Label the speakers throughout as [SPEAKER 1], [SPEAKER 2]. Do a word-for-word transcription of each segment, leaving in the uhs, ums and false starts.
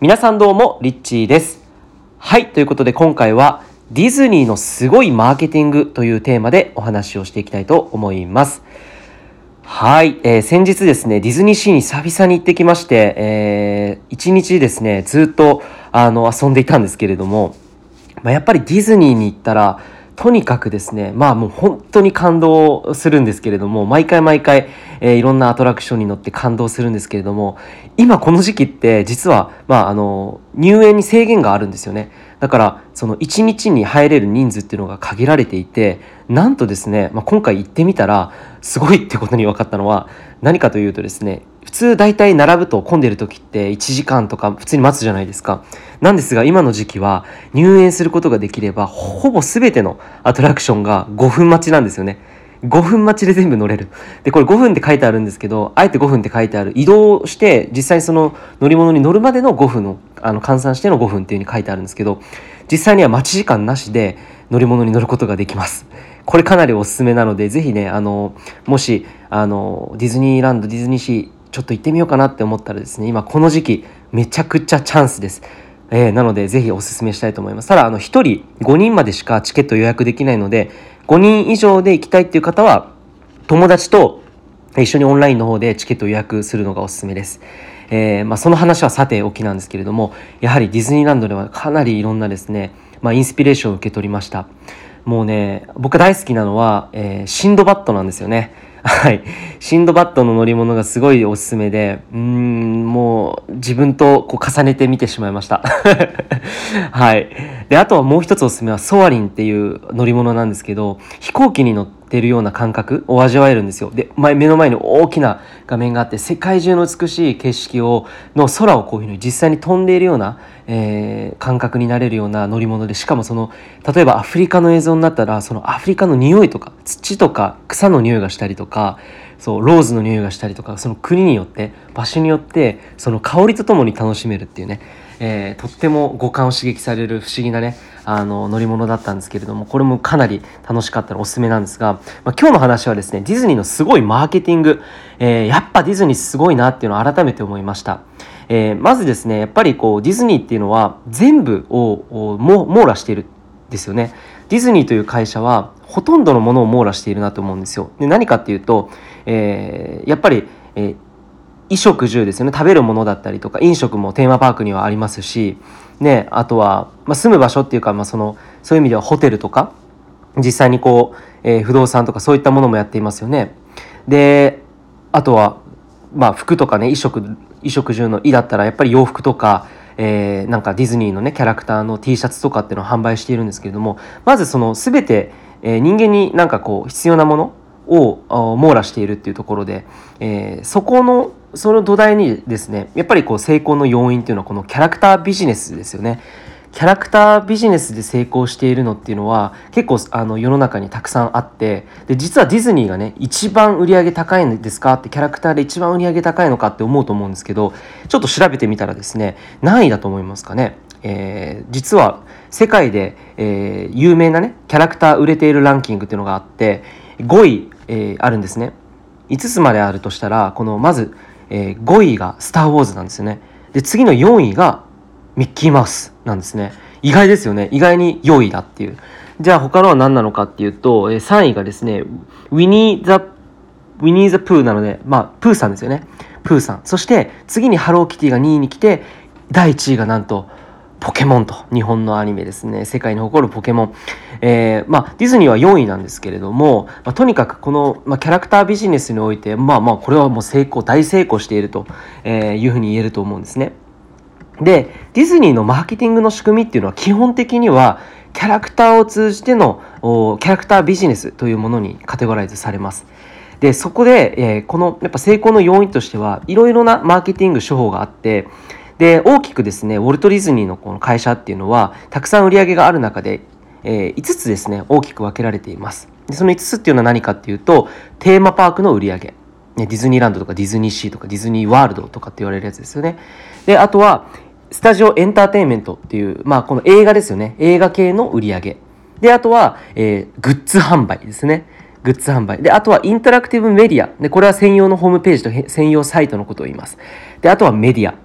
[SPEAKER 1] 皆さんどうもリッチーです。はい、ということで今回はディズニーのすごいマーケティングというテーマでお話をしていきたいと思います。はい、えー、先日ですねディズニーシーに久々に行ってきまして、えー、一日ですねずっとあの遊んでいたんですけれども、まあ、やっぱりディズニーに行ったらとにかくですねまあもう本当に感動するんですけれども、毎回毎回、えー、いろんなアトラクションに乗って感動するんですけれども、今この時期って実は、まあ、あの入園に制限があるんですよね。だからそのいちにちに入れる人数っていうのが限られていて、なんとですね、まあ、今回行ってみたらすごいってことに分かったのは何かというとですね、普通大体並ぶと混んでる時っていちじかんとか普通に待つじゃないですか。なんですが今の時期は入園することができればほぼ全てのアトラクションがごふん待ちなんですよね。ごふん待ちで全部乗れる。でこれごふんって書いてあるんですけど、あえてごふんって書いてある、移動して実際にその乗り物に乗るまでのごふんのあの換算してのごふんっていう風に書いてあるんですけど、実際には待ち時間なしで乗り物に乗ることができます。これかなりおすすめなので、ぜひねあのもしあのディズニーランドディズニーシーちょっと行ってみようかなって思ったらですね、今この時期めちゃくちゃチャンスです。えー、なのでぜひおすすめしたいと思います。ただあのひとりごにんまでしかチケット予約できないので、ごにん以上で行きたいっていう方は友達と一緒にオンラインの方でチケット予約するのがおすすめです。えーまあ、その話はさておきなんですけれども、やはりディズニーランドではかなりいろんなですね、まあ、インスピレーションを受け取りました。もうね僕大好きなのは、えー、シンドバッドなんですよね。はい、シンドバッドの乗り物がすごいおすすめで、うーんもう自分とこう重ねて見てしまいました。はい。であとはもう一つおすすめはソアリンっていう乗り物なんですけど、飛行機に乗ってるような感覚を味わえるんですよ。で前目の前に大きな画面があって、世界中の美しい景色をの空をこういうふうに実際に飛んでいるような、えー、感覚になれるような乗り物で、しかもその例えばアフリカの映像になったらそのアフリカの匂いとか土とか草の匂いがしたりとか、そうローズの匂いがしたりとか、その国によって場所によってその香りとともに楽しめるっていうね、えー、とっても五感を刺激される不思議なねあの乗り物だったんですけれども、これもかなり楽しかったのでおすすめなんですが、まあ、今日の話はですねディズニーのすごいマーケティング、えー、やっぱディズニーすごいなっていうのを改めて思いました。えー、まずですねやっぱりこうディズニーっていうのは全部をも網羅しているんですよね。ディズニーという会社はほとんどのものを網羅しているなと思うんですよ。で何かっていうと、えー、やっぱり、えー衣食住ですよね。食べるものだったりとか飲食もテーマパークにはありますし、ね、あとは、まあ、住む場所っていうか、まあ、そのそういう意味ではホテルとか実際にこう、えー、不動産とかそういったものもやっていますよね。であとは、まあ、服とかね、衣食衣食住の衣だったらやっぱり洋服とか、えー、なんかディズニーのねキャラクターの T シャツとかっていうのを販売しているんですけれども、まずその全て、えー、人間になんかこう必要なものを網羅しているっていうところで、えー、そこのその土台にですねやっぱりこう成功の要因っていうのはこのキャラクタービジネスですよね。キャラクタービジネスで成功しているのっていうのは結構あの世の中にたくさんあって、で実はディズニーがね一番売り上げ高いんですかって、キャラクターで一番売り上げ高いのかって思うと思うんですけど、ちょっと調べてみたらですね何位だと思いますかね。えー、実は世界で、えー、有名なねキャラクター売れているランキングっていうのがあってごい、えー、あるんですね。いつつまであるとしたらこのまずえー、ごいがスターウォーズなんですよね。で次のよんいがミッキーマウスなんですね。意外ですよね。意外によんいだっていう。じゃあ他のは何なのかっていうと、えー、さんいがですねウィニーザウィニーザプーなので、まあプーさんですよね。プーさん。そして次にハローキティがにいに来て、だいいちいがなんとポケモンと、日本のアニメですね、世界に誇るポケモン。えー、まあディズニーはよんいなんですけれども、まあ、とにかくこの、まあ、キャラクタービジネスにおいてまあまあこれはもう成功大成功していると、えー、いうふうに言えると思うんですね。でディズニーのマーケティングの仕組みっていうのは基本的にはキャラクターを通じてのキャラクタービジネスというものにカテゴライズされます。でそこで、えー、このやっぱ成功の要因としてはいろいろなマーケティング手法があって、で大きくですねウォルト・ディズニーのこの会社っていうのはたくさん売り上げがある中で、えー、いつつですね大きく分けられています。でそのいつつっていうのは何かっていうと、テーマパークの売り上げ、ディズニーランドとかディズニーシーとかディズニーワールドとかって言われるやつですよね。であとはスタジオエンターテインメントっていう、まあこの映画ですよね、映画系の売り上げで、あとは、えー、グッズ販売ですね。グッズ販売で、あとはインタラクティブメディアで、これは専用のホームページと専用サイトのことを言います。であとはメディア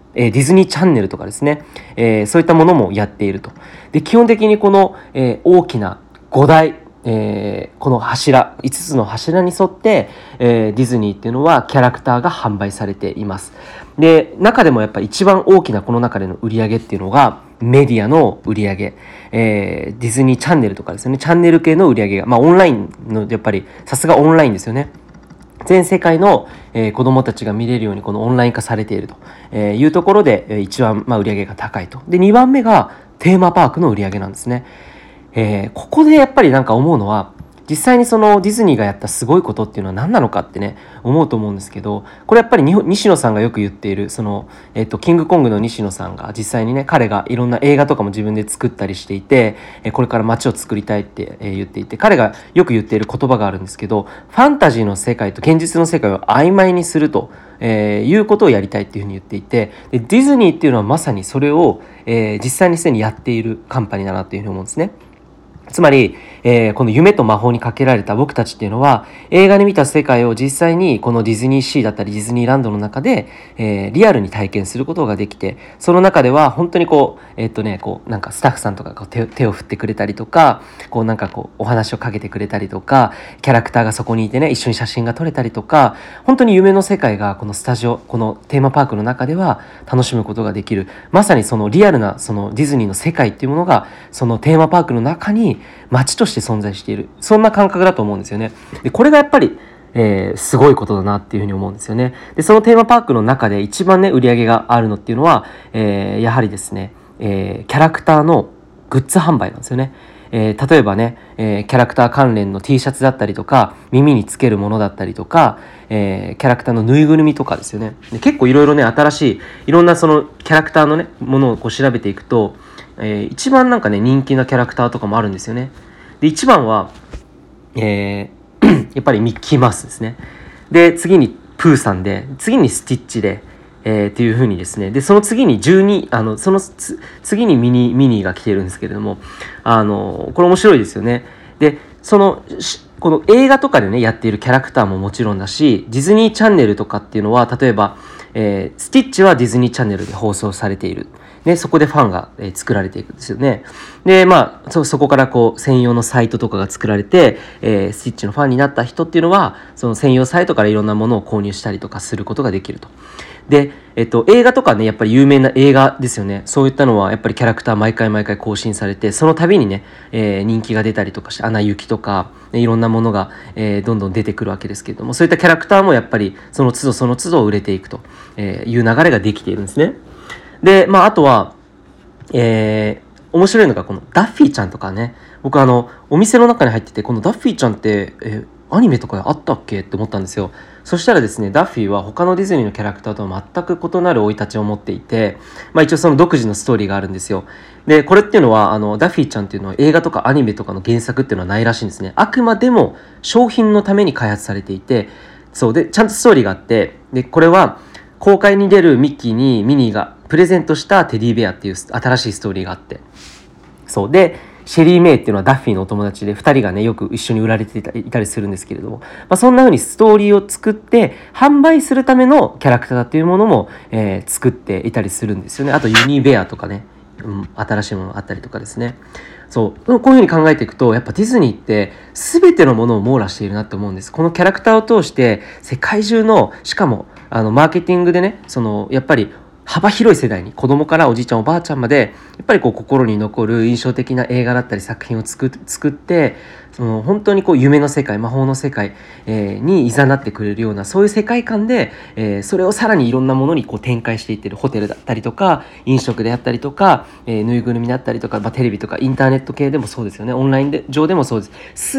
[SPEAKER 1] えーディズニーチャンネルとかですね、えーそういったものもやっていると。で、基本的にこの、えー大きなご大、えーこの柱、いつつの柱に沿って、えーディズニーっていうのはキャラクターが販売されています。で、中でもやっぱり一番大きなこの中での売り上げっていうのが、メディアの売り上げ、えーディズニーチャンネルとかですよね、チャンネル系の売り上げが、まあオンラインの、やっぱりさすがオンラインですよね。全世界の、えー子どもたちが見れるようにこのオンライン化されていると、えーいうところで、えー一番、まあ、売り上げが高いと。で、にばんめがテーマパークの売り上げなんですね。えーここでやっぱりなんか思うのは、実際にそのディズニーがやったすごいことっていうのは何なのかってね、思うと思うんですけど、これやっぱりに西野さんがよく言っているその、えっと、キングコングの西野さんが実際にね、彼がいろんな映画とかも自分で作ったりしていて、えこれから街を作りたいってえ言っていて、彼がよく言っている言葉があるんですけど、ファンタジーの世界と現実の世界を曖昧にすると、えーいうことをやりたいっていうふうに言っていて、でディズニーっていうのはまさにそれを、えー実際にすでにやっているカンパニーだなっていうふうに思うんですね。つまり、えーこの夢と魔法にかけられた僕たちっていうのは、映画で見た世界を実際にこのディズニーシーだったりディズニーランドの中で、えーリアルに体験することができて、その中では本当にこう、えっとね、こうなんかスタッフさんとかがこう手を手を振ってくれたりとか、こうなんかこうお話をかけてくれたりとか、キャラクターがそこにいてね、一緒に写真が撮れたりとか、本当に夢の世界がこのスタジオ、このテーマパークの中では楽しむことができる。まさにそのリアルなそのディズニーの世界っていうものが、そのテーマパークの中に街として存在している、そんな感覚だと思うんですよね。でこれがやっぱり、えーすごいことだなっていうふうに思うんですよね。でそのテーマパークの中で一番ね売り上げがあるのっていうのは、えーやはりですね、えーキャラクターのグッズ販売なんですよね。えー例えばね、えーキャラクター関連の T シャツだったりとか、耳につけるものだったりとか、えーキャラクターのぬいぐるみとかですよね。で結構いろいろね、新しいいろんなそのキャラクターのねものをこう調べていくと、えー一番なんかね人気なキャラクターとかもあるんですよね。で一番は、えーやっぱりミッキーマウスですね。で次にプーさんで、次にスティッチで、えーっていう風にですね、でその次にじゅうに、あのそのつ次にミニミニーが来てるんですけれども、あのこれ面白いですよね。でそのしこの映画とかでねやっているキャラクターももちろんだし、ディズニーチャンネルとかっていうのは、例えば、えースティッチはディズニーチャンネルで放送されている。でそこでファンが、えー作られていくんですよね。でまあ そ, そこからこう専用のサイトとかが作られて、えースティッチのファンになった人っていうのは、その専用サイトからいろんなものを購入したりとかすることができると。で、えっと、映画とかね、やっぱり有名な映画ですよね。そういったのはやっぱりキャラクター毎回毎回更新されて、その度にね、えー人気が出たりとかして、アナ雪とか、ねいろんなものが、えーどんどん出てくるわけですけれども、そういったキャラクターもやっぱりその都度その都度売れていくという流れができているんですね。で、まあ、あとは、えー面白いのがこのダッフィーちゃんとかね。僕あのお店の中に入ってて、このダッフィーちゃんって、えーアニメとかあったっけって思ったんですよ。そしたらですね、ダッフィーは他のディズニーのキャラクターとは全く異なる生い立ちを持っていて、まあ一応その独自のストーリーがあるんですよ。でこれっていうのは、あのダッフィーちゃんっていうのは映画とかアニメとかの原作っていうのはないらしいんですね。あくまでも商品のために開発されていて、そうでちゃんとストーリーがあって、でこれは公開に出るミッキーにミニーがプレゼントしたテディベアっていう新しいストーリーがあって、そうでシェリー・メイっていうのはダッフィーのお友達で、ふたりがねよく一緒に売られていたいたりするんですけれども、まあ、そんな風にストーリーを作って販売するためのキャラクターっていうものも、えー作っていたりするんですよね。あとユニベアとかね、うん、新しいものがあったりとかですね。そうこういう風に考えていくと、やっぱディズニーって全てのものを網羅しているなって思うんです。このキャラクターを通して世界中の、しかもあのマーケティングでね、そのやっぱり幅広い世代に、子供からおじいちゃんおばあちゃんまで、やっぱりこう心に残る印象的な映画だったり作品を作っ作ってその本当にこう夢の世界、魔法の世界、えーに誘ってくれるような、そういう世界観で、えーそれをさらにいろんなものにこう展開していってる。ホテルだったりとか飲食であったりとか、えーぬいぐるみだったりとか、まあ、テレビとかインターネット系でもそうですよね。オンラインで上でもそうです。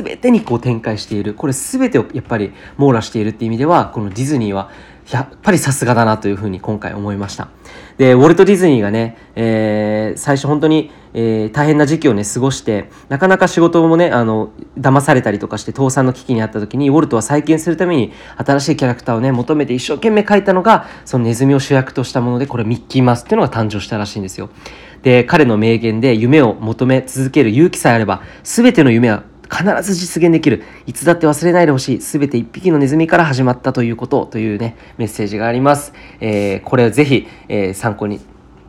[SPEAKER 1] 全てにこう展開している。これ全てをやっぱり網羅しているっていう意味では、このディズニーはやっぱりさすがだなというふうに今回思いました。でウォルト・ディズニーがね、えー最初本当に、えー大変な時期をね過ごして、なかなか仕事もねあの騙されたりとかして倒産の危機にあった時に、ウォルトは再建するために新しいキャラクターをね求めて一生懸命描いたのが、そのネズミを主役としたもので、これミッキーマウスっていうのが誕生したらしいんですよ。で彼の名言で、夢を求め続ける勇気さえあれば全ての夢は必ず実現できる。いつだって忘れないでほしい。すべて一匹のネズミから始まったということというね、メッセージがあります。えー、これをぜひ、えー、参考に